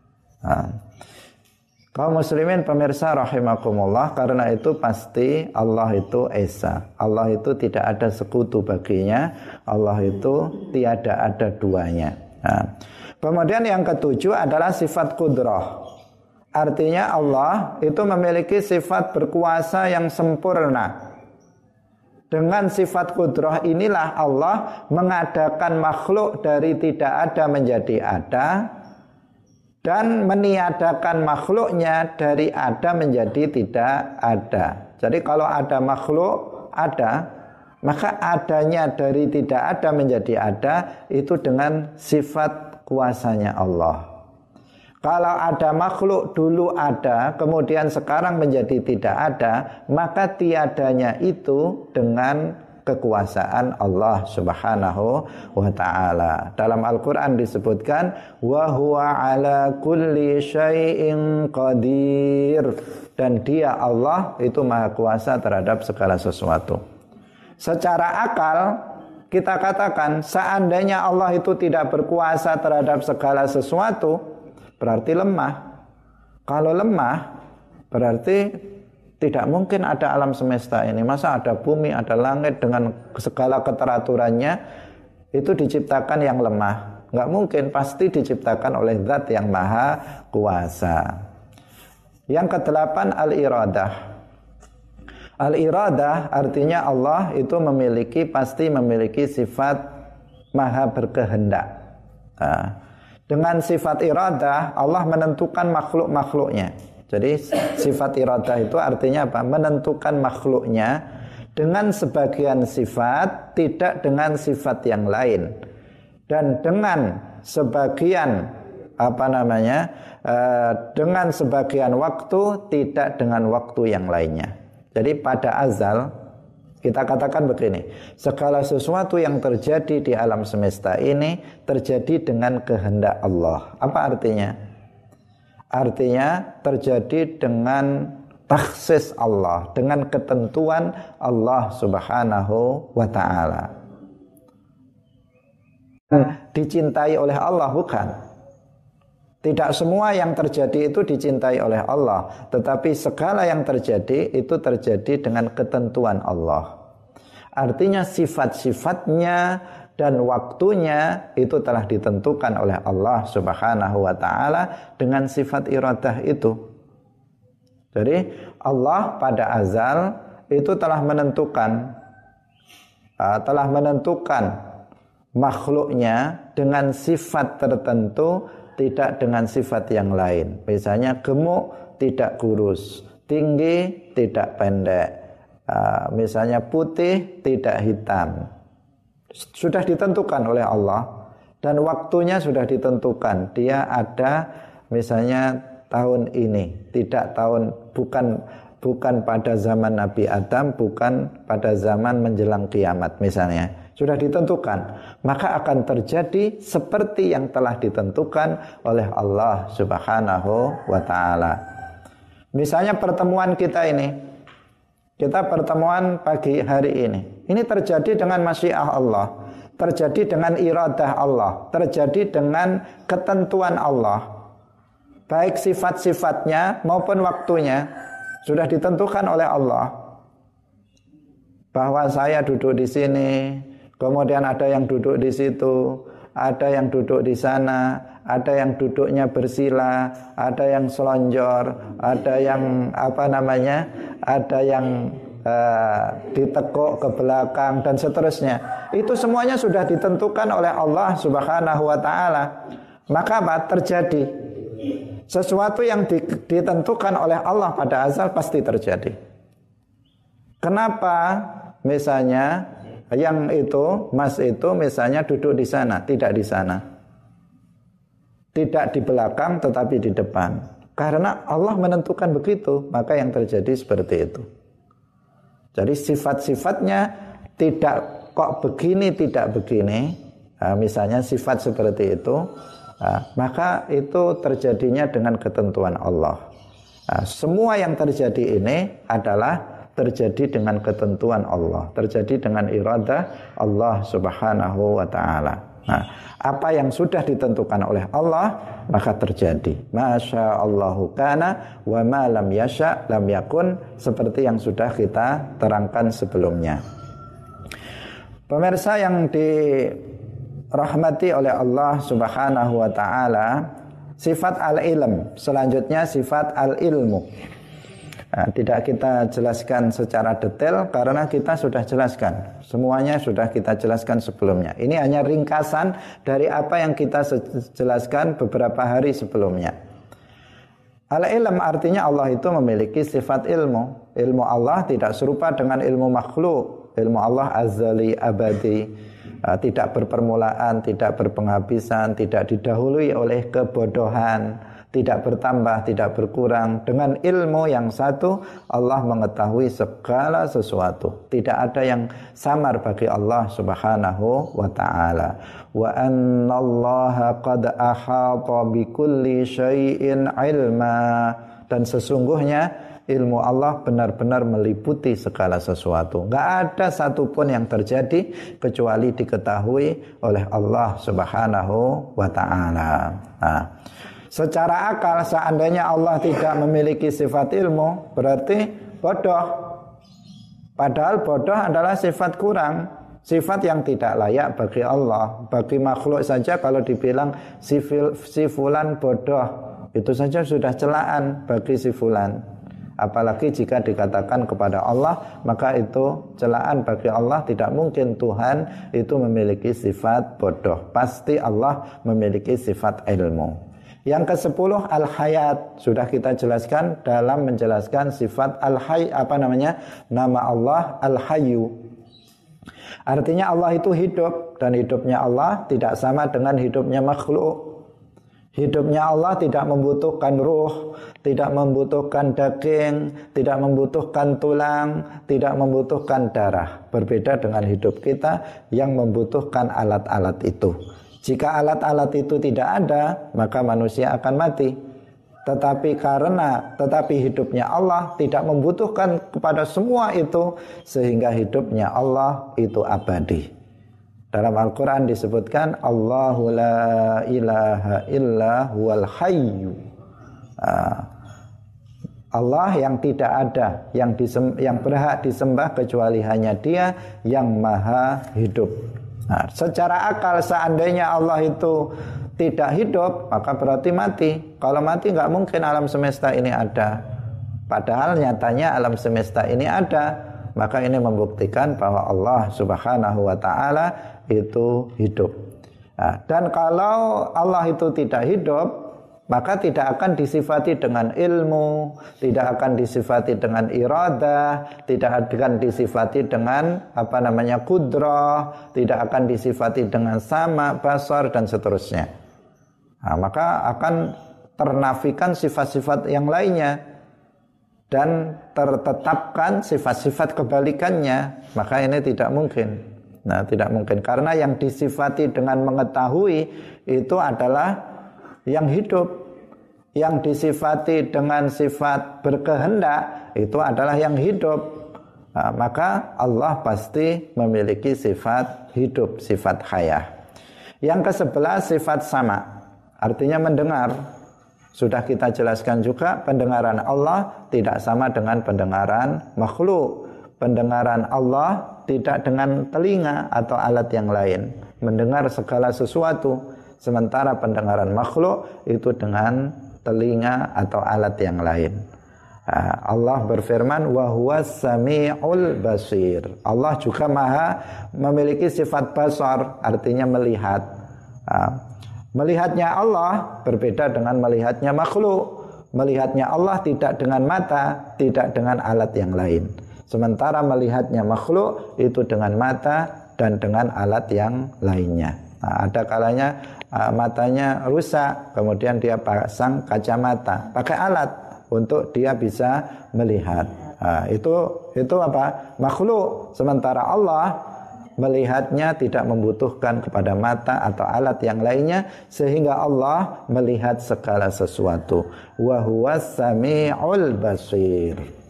Kaum muslimin pemirsa rahimakumullah, karena itu pasti Allah itu esa, Allah itu tidak ada sekutu baginya, Allah itu tiada ada duanya. Kemudian yang ketujuh adalah sifat kudrah. Artinya Allah itu memiliki sifat berkuasa yang sempurna. Dengan sifat kudrah inilah Allah mengadakan makhluk dari tidak ada menjadi ada, dan meniadakan makhluknya dari ada menjadi tidak ada. Jadi kalau ada makhluk ada, maka adanya dari tidak ada menjadi ada itu dengan sifat kuasanya Allah. Kalau ada makhluk dulu ada, kemudian sekarang menjadi tidak ada, maka tiadanya itu dengan kekuasaan Allah Subhanahu wa ta'ala. Dalam Al-Quran disebutkan wa huwa ala kulli syai'in qadir, dan dia Allah itu maha kuasa terhadap segala sesuatu. Secara akal kita katakan seandainya Allah itu tidak berkuasa terhadap segala sesuatu, berarti lemah. Kalau lemah berarti tidak mungkin ada alam semesta ini. Masa ada bumi, ada langit dengan segala keteraturannya itu diciptakan yang lemah? Nggak mungkin, pasti diciptakan oleh zat yang maha kuasa. Yang kedelapan, al-iradah. Al-iradah artinya Allah itu pasti memiliki sifat maha berkehendak. Dengan sifat iradah Allah menentukan makhluk-makhluknya. Jadi sifat iradah itu artinya apa? Menentukan makhluknya dengan sebagian sifat, tidak dengan sifat yang lain. Dan dengan sebagian dengan sebagian waktu, tidak dengan waktu yang lainnya. Jadi pada azal kita katakan begini, segala sesuatu yang terjadi di alam semesta ini terjadi dengan kehendak Allah. Apa artinya? Artinya terjadi dengan takhsis Allah, dengan ketentuan Allah Subhanahu wa ta'ala. Dicintai oleh Allah bukan. Tidak semua yang terjadi itu dicintai oleh Allah, tetapi segala yang terjadi itu terjadi dengan ketentuan Allah. Artinya sifat-sifatnya dan waktunya itu telah ditentukan oleh Allah Subhanahu wa ta'ala dengan sifat iradah itu. Jadi Allah pada azal itu telah menentukan makhluknya dengan sifat tertentu, tidak dengan sifat yang lain. Misalnya gemuk, tidak kurus, tinggi, tidak pendek, misalnya putih, tidak hitam. Sudah ditentukan oleh Allah dan waktunya sudah ditentukan. Dia ada misalnya tahun ini, tidak tahun, bukan pada zaman Nabi Adam, bukan pada zaman menjelang kiamat misalnya. Sudah ditentukan, maka akan terjadi seperti yang telah ditentukan oleh Allah Subhanahu wa ta'ala. Misalnya pertemuan kita ini, kita pertemuan pagi hari ini terjadi dengan masyiah Allah, terjadi dengan iradah Allah, terjadi dengan ketentuan Allah. Baik sifat-sifatnya maupun waktunya sudah ditentukan oleh Allah. Bahwa saya duduk di sini, kemudian ada yang duduk di situ, ada yang duduk di sana, ada yang duduknya bersila, ada yang selonjor, ada yang ada yang ditekuk ke belakang dan seterusnya. Itu semuanya sudah ditentukan oleh Allah Subhanahu wa ta'ala. Maka apa? Terjadi sesuatu yang ditentukan oleh Allah pada azal pasti terjadi. Kenapa misalnya yang itu, Mas itu misalnya duduk di sana, tidak di sana, tidak di belakang tetapi di depan? Karena Allah menentukan begitu, maka yang terjadi seperti itu. Jadi sifat-sifatnya tidak kok begini, tidak begini, misalnya sifat seperti itu, maka itu terjadinya dengan ketentuan Allah. Semua yang terjadi ini adalah terjadi dengan ketentuan Allah, terjadi dengan iradah Allah Subhanahu wa ta'ala. Nah, apa yang sudah ditentukan oleh Allah maka terjadi. Masya Allahu kana wa ma lam yasha lam yakun, seperti yang sudah kita terangkan sebelumnya. Pemirsa yang dirahmati oleh Allah Subhanahu wa ta'ala, sifat al-ilm, selanjutnya sifat al-ilmu. Tidak kita jelaskan secara detail karena kita sudah jelaskan. Semuanya sudah kita jelaskan sebelumnya. Ini hanya ringkasan dari apa yang kita jelaskan beberapa hari sebelumnya. Al-ilm artinya Allah itu memiliki sifat ilmu. Ilmu Allah tidak serupa dengan ilmu makhluk. Ilmu Allah azali, abadi, tidak berpermulaan, tidak berpenghabisan, tidak didahului oleh kebodohan, tidak bertambah, tidak berkurang. Dengan ilmu yang satu, Allah mengetahui segala sesuatu. Tidak ada yang samar bagi Allah Subhanahu wa ta'ala. Wa annallaha qad ahata bikulli syai'in ilma. Dan sesungguhnya ilmu Allah benar-benar meliputi segala sesuatu. Enggak ada satupun yang terjadi kecuali diketahui oleh Allah Subhanahu wa ta'ala. Nah, secara akal seandainya Allah tidak memiliki sifat ilmu, berarti bodoh. Padahal bodoh adalah sifat kurang, sifat yang tidak layak bagi Allah. Bagi makhluk saja kalau dibilang si fulan bodoh, itu saja sudah celaan bagi si fulan. Apalagi jika dikatakan kepada Allah, maka itu celaan bagi Allah. Tidak mungkin Tuhan itu memiliki sifat bodoh. Pasti Allah memiliki sifat ilmu. Yang ke-10 al-hayat, sudah kita jelaskan dalam menjelaskan sifat al-hayy, nama Allah al-hayyu. Artinya Allah itu hidup, dan hidupnya Allah tidak sama dengan hidupnya makhluk. Hidupnya Allah tidak membutuhkan ruh, tidak membutuhkan daging, tidak membutuhkan tulang, tidak membutuhkan darah. Berbeda dengan hidup kita yang membutuhkan alat-alat itu. Jika alat-alat itu tidak ada, maka manusia akan mati. Tetapi hidupnya Allah tidak membutuhkan kepada semua itu, sehingga hidupnya Allah itu abadi. Dalam Al-Quran disebutkan Allahu la ilaha illa huwal hayyu. Allah yang tidak ada, yang berhak disembah kecuali hanya Dia yang maha hidup. Nah, secara akal seandainya Allah itu tidak hidup, maka berarti mati. Kalau mati nggak mungkin alam semesta ini ada. Padahal nyatanya alam semesta ini ada. maka ini membuktikan bahwa Allah Subhanahu wa taala itu hidup. Nah, dan kalau Allah itu tidak hidup, maka tidak akan disifati dengan ilmu, tidak akan disifati dengan iradah, tidak akan disifati dengan qudrah, tidak akan disifati dengan sama, basar dan seterusnya. Nah, maka akan ternafikan sifat-sifat yang lainnya dan tertetapkan sifat-sifat kebalikannya, maka ini tidak mungkin. Nah, tidak mungkin karena yang disifati dengan mengetahui itu adalah yang hidup. Yang disifati dengan sifat berkehendak itu adalah yang hidup. Nah, maka Allah pasti memiliki sifat hidup, sifat hayah. Yang ke-11 sifat sama, artinya mendengar. Sudah kita jelaskan juga pendengaran Allah tidak sama dengan pendengaran makhluk. Pendengaran Allah tidak dengan telinga atau alat yang lain, mendengar segala sesuatu, sementara pendengaran makhluk itu dengan telinga atau alat yang lain. Allah berfirman wa huwas samiul basir. Allah juga maha memiliki sifat basar, artinya melihat. Melihatnya Allah berbeda dengan melihatnya makhluk. Melihatnya Allah tidak dengan mata, tidak dengan alat yang lain. Sementara melihatnya makhluk itu dengan mata dan dengan alat yang lainnya. Nah, ada kalanya matanya rusak, kemudian dia pasang kacamata, pakai alat untuk dia bisa melihat. Nah, itu makhluk. Sementara Allah melihatnya tidak membutuhkan kepada mata atau alat yang lainnya, sehingga Allah melihat segala sesuatu. Wa huwas samiul basir.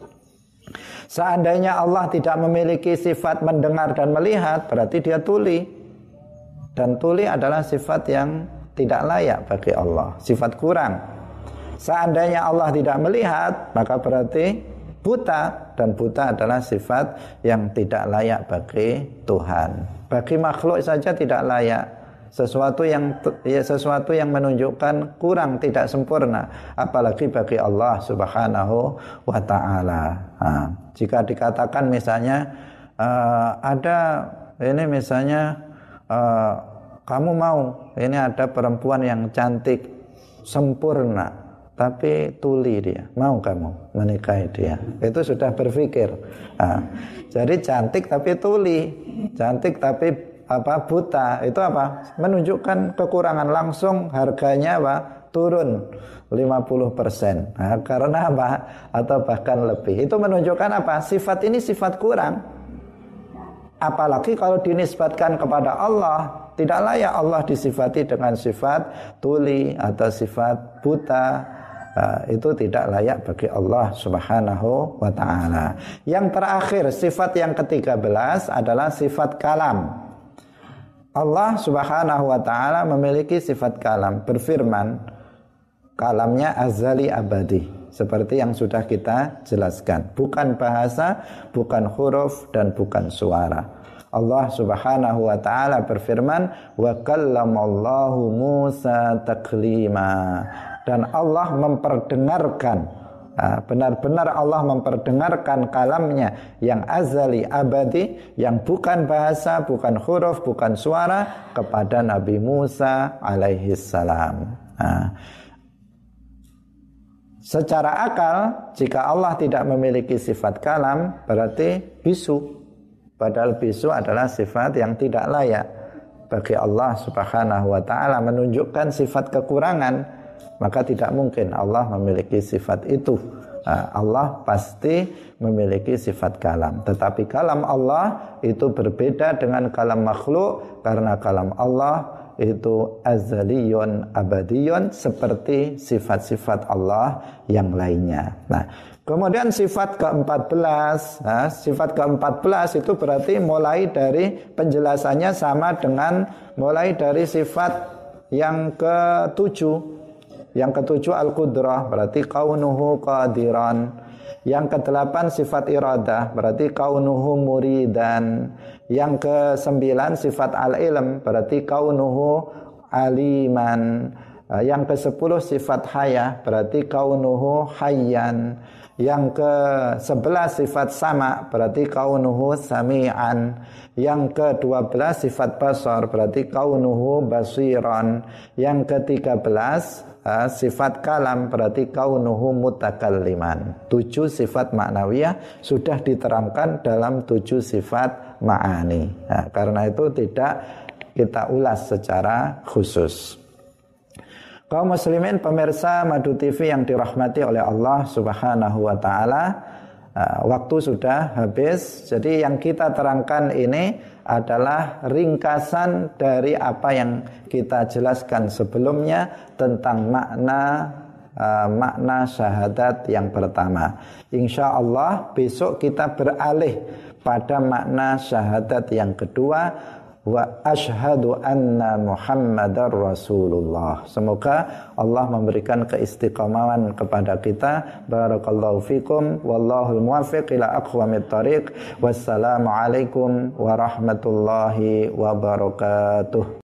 Seandainya Allah tidak memiliki sifat mendengar dan melihat, berarti dia tuli. Dan tuli adalah sifat yang tidak layak bagi Allah, sifat kurang. Seandainya Allah tidak melihat, maka berarti buta, dan buta adalah sifat yang tidak layak bagi Tuhan. Bagi makhluk saja tidak layak. Sesuatu yang menunjukkan kurang, tidak sempurna, apalagi bagi Allah Subhanahu wa taala. Nah, jika dikatakan misalnya ada ini misalnya kamu mau ini ada perempuan yang cantik sempurna tapi tuli dia, mau kamu menikahi dia? Itu sudah berpikir. Nah, jadi cantik tapi tuli, cantik tapi buta, itu menunjukkan kekurangan, langsung harganya turun 50%. Nah, karena atau bahkan lebih. Itu menunjukkan sifat ini sifat kurang. Apalagi kalau dinisbatkan kepada Allah, tidak layak Allah disifati dengan sifat tuli atau sifat buta. Nah, itu tidak layak bagi Allah Subhanahu wa ta'ala. Yang terakhir, sifat yang ke-13 adalah sifat kalam. Allah Subhanahu wa ta'ala memiliki sifat kalam, berfirman, kalamnya azali abadi, seperti yang sudah kita jelaskan, bukan bahasa, bukan huruf dan bukan suara. Allah Subhanahu wa ta'ala berfirman, wa kallamallahu Musa taklima, dan Allah memperdengarkan, benar-benar Allah memperdengarkan kalamnya yang azali abadi, yang bukan bahasa, bukan huruf, bukan suara, kepada Nabi Musa alaihi salam. Secara akal, jika Allah tidak memiliki sifat kalam, berarti bisu. Padahal bisu adalah sifat yang tidak layak bagi Allah Subhanahu wa ta'ala, menunjukkan sifat kekurangan. Maka tidak mungkin Allah memiliki sifat itu. Allah pasti memiliki sifat kalam. Tetapi kalam Allah itu berbeda dengan kalam makhluk, karena kalam Allah itu azaliyun abadiyun, seperti sifat-sifat Allah yang lainnya. Nah, kemudian sifat ke-14, sifat ke-14 itu berarti mulai dari penjelasannya sama dengan mulai dari sifat yang ke-7. Yang ke-7 al-qudrah, berarti kaunuhu qadiran. Yang ke-8 sifat iradah, berarti kaunuhu muridan. Yang ke-9 sifat al-ilm, berarti kaunuhu aliman. Yang ke-10 sifat haya, berarti kaunuhu hayyan. Yang ke-11 sifat sama, berarti kaunuhu sami'an. Yang ke-12 sifat basar, berarti kaunuhu basiran. Yang ke-13 sifat kalam, berarti kaunuhu mutakalliman. 7 sifat ma'nawiyah sudah diterangkan dalam 7 sifat ma'ani. Karena itu tidak kita ulas secara khusus. Kaum muslimin pemirsa Madu TV yang dirahmati oleh Allah Subhanahu wa taala, waktu sudah habis. Jadi yang kita terangkan ini adalah ringkasan dari apa yang kita jelaskan sebelumnya tentang makna syahadat yang pertama. Insya Allah besok kita beralih pada makna syahadat yang kedua, wa asyhadu anna Muhammadar Rasulullah. Semoga Allah memberikan keistiqomahan kepada kita. Barakallahu fikum wallahul muwaffiq ila aqwamit thariq. Wassalamu alaikum warahmatullahi wabarakatuh.